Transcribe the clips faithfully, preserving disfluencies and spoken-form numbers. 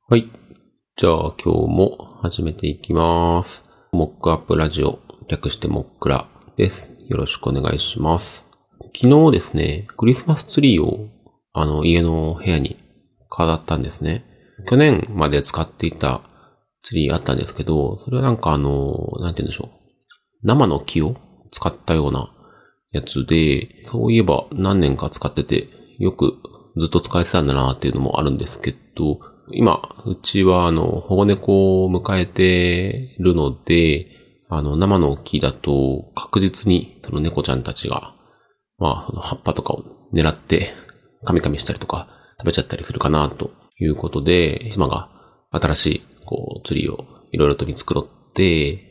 はい。じゃあ今日も始めていきます。モックアップラジオ、略してモックラです。よろしくお願いします。昨日ですね、クリスマスツリーをあの家の部屋に飾ったんですね。去年まで使っていたツリーあったんですけど、それはなんかあの、なんて言うんでしょう。生の木を使ったようなやつで、そういえば何年か使ってて、よくずっと使えてたんだなっていうのもあるんですけど、今、うちはあの、保護猫を迎えてるので、あの、生の木だと確実にその猫ちゃんたちが、まあ、葉っぱとかを狙って噛み噛みしたりとか食べちゃったりするかなということで、妻が新しいこうツリーをいろいろと見繕って、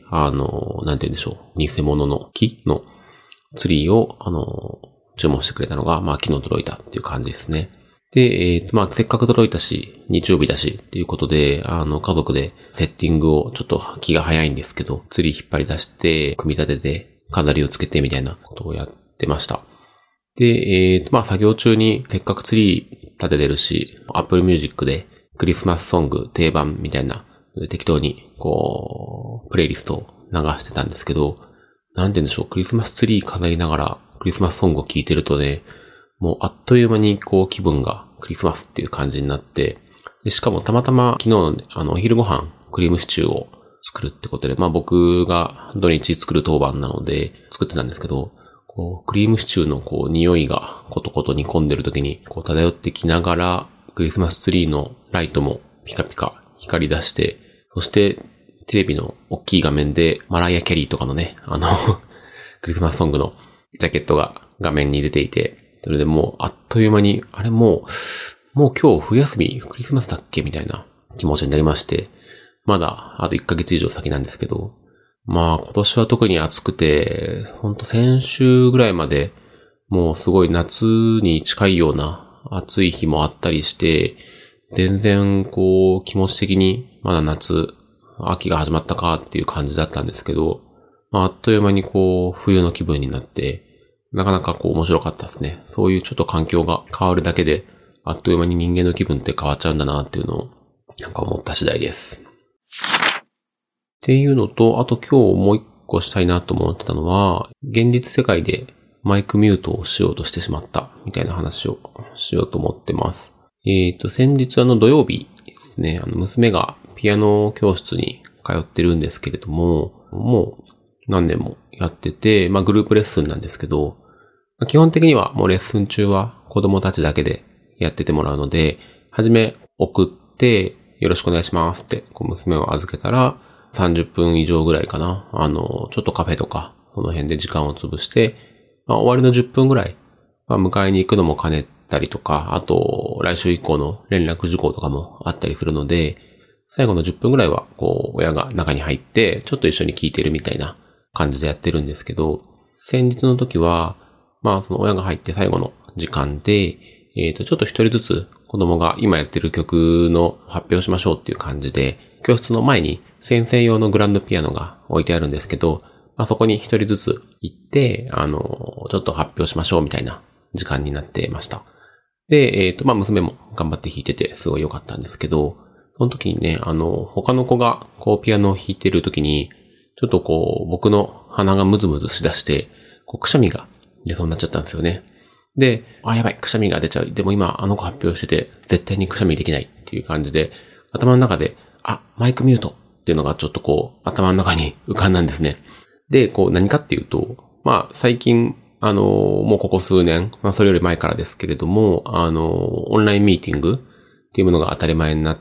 あの、なんて言うんでしょう、偽物の木のツリーを、あの、注文してくれたのが、まあ、昨日届いたっていう感じですね。で、えっと、まあ、せっかく届いたし、日曜日だし、っていうことで、あの、家族でセッティングを、ちょっと気が早いんですけど、ツリー引っ張り出して、組み立てて、飾りをつけてみたいなことをやってました。で、えっと、まあ、作業中に、せっかくツリー立ててるし、Apple Music で、クリスマスソング定番みたいな、適当に、こう、プレイリストを流してたんですけど、なんて言うんでしょう、クリスマスツリー飾りながら、クリスマスソングを聴いてるとね、もうあっという間にこう気分がクリスマスっていう感じになって、でしかもたまたま昨日あのお昼ご飯クリームシチューを作るってことで、まあ僕が土日作る当番なので作ってたんですけど、こうクリームシチューのこう匂いがコトコト煮込んでる時にこう漂ってきながら、クリスマスツリーのライトもピカピカ光り出して、そしてテレビの大きい画面でマライア・キャリーとかのね、あのクリスマスソングのジャケットが画面に出ていて、それでもうあっという間に、あれもう、もう今日冬休みクリスマスだっけみたいな気持ちになりまして、まだあといっかげつ以上先なんですけど、まあ今年は特に暑くて、ほんと先週ぐらいまでもうすごい夏に近いような暑い日もあったりして、全然こう気持ち的にまだ夏、秋が始まったかっていう感じだったんですけど、まあ、あっという間にこう冬の気分になって、なかなかこう面白かったですね。そういうちょっと環境が変わるだけで、あっという間に人間の気分って変わっちゃうんだなっていうのを、なんか思った次第です。っていうのと、あと今日もう一個したいなと思ってたのは、現実世界でマイクミュートをしようとしてしまったみたいな話をしようと思ってます。えっと、先日あの土曜日ですね、あの娘がピアノ教室に通ってるんですけれども、もう何年もやってて、まあグループレッスンなんですけど、基本的にはもうレッスン中は子供たちだけでやっててもらうので、はじめ送ってよろしくお願いしますってこう娘を預けたらさんじゅっぷん以上ぐらいかな。あの、ちょっとカフェとかその辺で時間を潰して、まあ、終わりのじゅっぷんぐらい、まあ、迎えに行くのも兼ねたりとか、あと来週以降の連絡事項とかもあったりするので、最後のじゅっぷんぐらいはこう親が中に入ってちょっと一緒に聞いてるみたいな感じでやってるんですけど、先日の時は、まあその親が入って最後の時間で、えっとちょっと一人ずつ子供が今やってる曲の発表しましょうっていう感じで、教室の前に先生用のグランドピアノが置いてあるんですけど、まあそこに一人ずつ行って、あの、ちょっと発表しましょうみたいな時間になってました。で、えっとまあ娘も頑張って弾いててすごい良かったんですけど、その時にね、あの、他の子がこうピアノを弾いてる時に、ちょっとこう、僕の鼻がムズムズしだして、こう、くしゃみが出そうになっちゃったんですよね。で、あ、やばい、くしゃみが出ちゃう。でも今、あの子発表してて、絶対にくしゃみできないっていう感じで、頭の中で、あ、マイクミュートっていうのがちょっとこう、頭の中に浮かんだんですね。で、こう、何かっていうと、まあ、最近、あの、もうここ数年、まあ、それより前からですけれども、あの、オンラインミーティングっていうものが当たり前になって、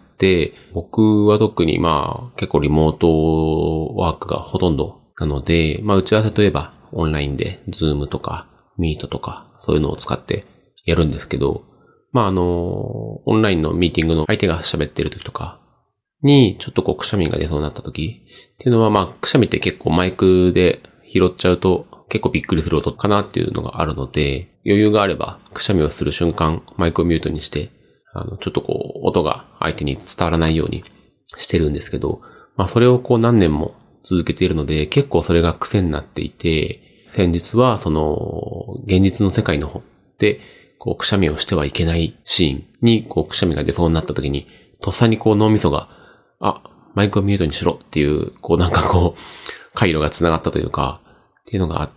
僕は特にまあ結構リモートワークがほとんどなので、まあ打ち合わせといえばオンラインで Zoom とか Meet とかそういうのを使ってやるんですけど、まああの、オンラインのミーティングの相手が喋ってる時とかにちょっとこうくしゃみが出そうになった時っていうのはまあくしゃみって結構マイクで拾っちゃうと結構びっくりする音かなっていうのがあるので、余裕があればくしゃみをする瞬間マイクをミュートにしてあの、ちょっとこう、音が相手に伝わらないようにしてるんですけど、まあそれをこう何年も続けているので、結構それが癖になっていて、先日はその、現実の世界の方で、こう、くしゃみをしてはいけないシーンに、こう、くしゃみが出そうになった時に、 とっさにこう脳みそが、あ、マイクをミュートにしろっていう、こうなんかこう、回路が繋がったというか、っていうのがあって、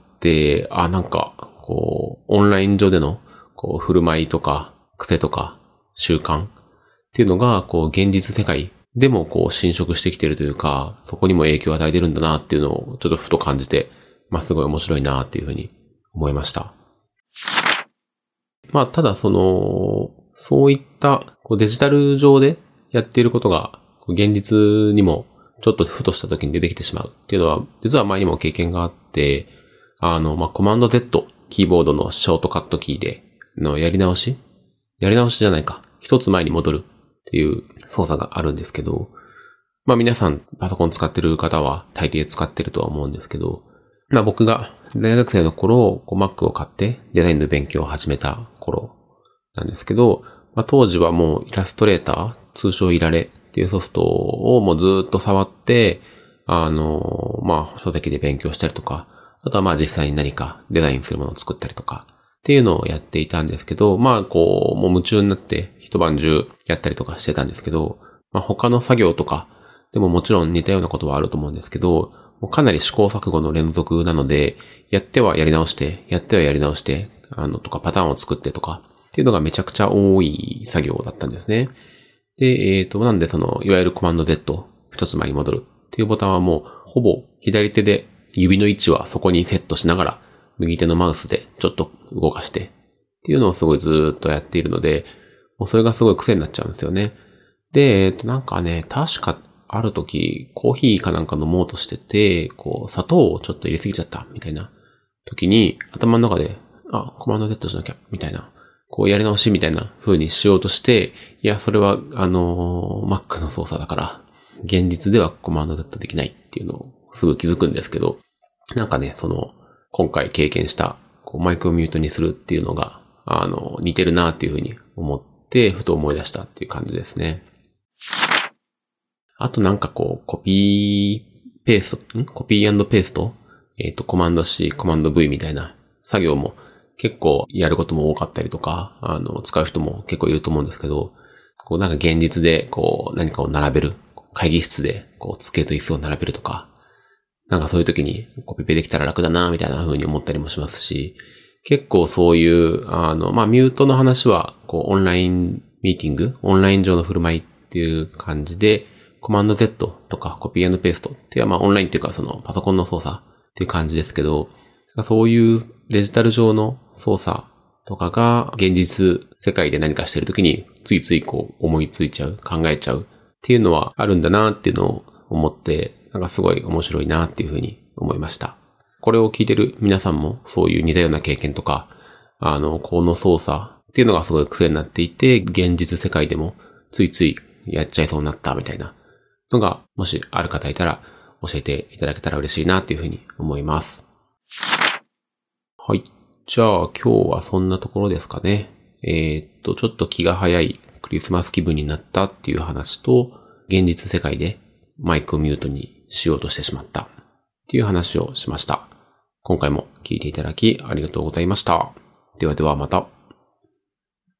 あ、なんか、こう、オンライン上での、こう、振る舞いとか、癖とか、習慣っていうのが、こう、現実世界でもこう、侵食してきてるというか、そこにも影響を与えてるんだなっていうのを、ちょっとふと感じて、まあ、すごい面白いなっていうふうに思いました。まあ、ただその、そういったこうデジタル上でやっていることが、現実にもちょっとふとした時に出てきてしまうっていうのは、実は前にも経験があって、あの、まあ、コマンド Z、キーボードのショートカットキーでのやり直しやり直しじゃないか。一つ前に戻るっていう操作があるんですけど、まあ皆さんパソコン使ってる方は大抵使ってるとは思うんですけど、まあ僕が大学生の頃、こう Mac を買ってデザインの勉強を始めた頃なんですけど、まあ当時はもうイラストレーター、通称イラレっていうソフトをもうずっと触って、あの、まあ書籍で勉強したりとか、あとはまあ実際に何かデザインするものを作ったりとかっていうのをやっていたんですけど、まあこう、もう夢中になって一晩中やったりとかしてたんですけど、まあ他の作業とかでももちろん似たようなことはあると思うんですけど、もうかなり試行錯誤の連続なので、やってはやり直して、やってはやり直して、あのとかパターンを作ってとかっていうのがめちゃくちゃ多い作業だったんですね。で、えっと、なんでその、いわゆるコマンド Z、一つ前に戻るっていうボタンはもうほぼ左手で指の位置はそこにセットしながら、右手のマウスでちょっと動かしてっていうのをすごいずーっとやっているので、もうそれがすごい癖になっちゃうんですよね。で、えっとなんかね、確かある時コーヒーかなんか飲もうとしてて、こう砂糖をちょっと入れすぎちゃったみたいな時に頭の中で、あ、コマンド Z しなきゃみたいな、こうやり直しみたいな風にしようとして、いや、それはあの Mac の操作だから、現実ではコマンド Z できないっていうのをすぐ気づくんですけど、なんかね、その、今回経験したこうマイクをミュートにするっていうのが、あの、似てるなっていうふうに思って、ふと思い出したっていう感じですね。あとなんかこう、コピーペースト、んコピー&ペーストえっと、コマンド C、コマンド V みたいな作業も結構やることも多かったりとか、あの、使う人も結構いると思うんですけど、こうなんか現実でこう何かを並べる、会議室でこう机と椅子を並べるとか、なんかそういう時にコピペできたら楽だなみたいな風に思ったりもしますし、結構そういう、あの、まあ、ミュートの話は、こう、オンラインミーティング、オンライン上の振る舞いっていう感じで、コマンド Z とかコピー&ペーストっていうのは、まあ、オンラインっていうかそのパソコンの操作っていう感じですけど、そういうデジタル上の操作とかが現実世界で何かしてる時についついこう思いついちゃう、考えちゃうっていうのはあるんだなっていうのを思って、なんかすごい面白いなっていうふうに思いました。これを聞いてる皆さんもそういう似たような経験とか、あの、この操作っていうのがすごい癖になっていて、現実世界でもついついやっちゃいそうになったみたいなのが、もしある方いたら教えていただけたら嬉しいなっていうふうに思います。はい。じゃあ今日はそんなところですかね。えー、っと、ちょっと気が早いクリスマス気分になったっていう話と、現実世界でマイクをミュートにしようとしてしまったっていう話をしました。今回も聞いていただきありがとうございました。ではではまた。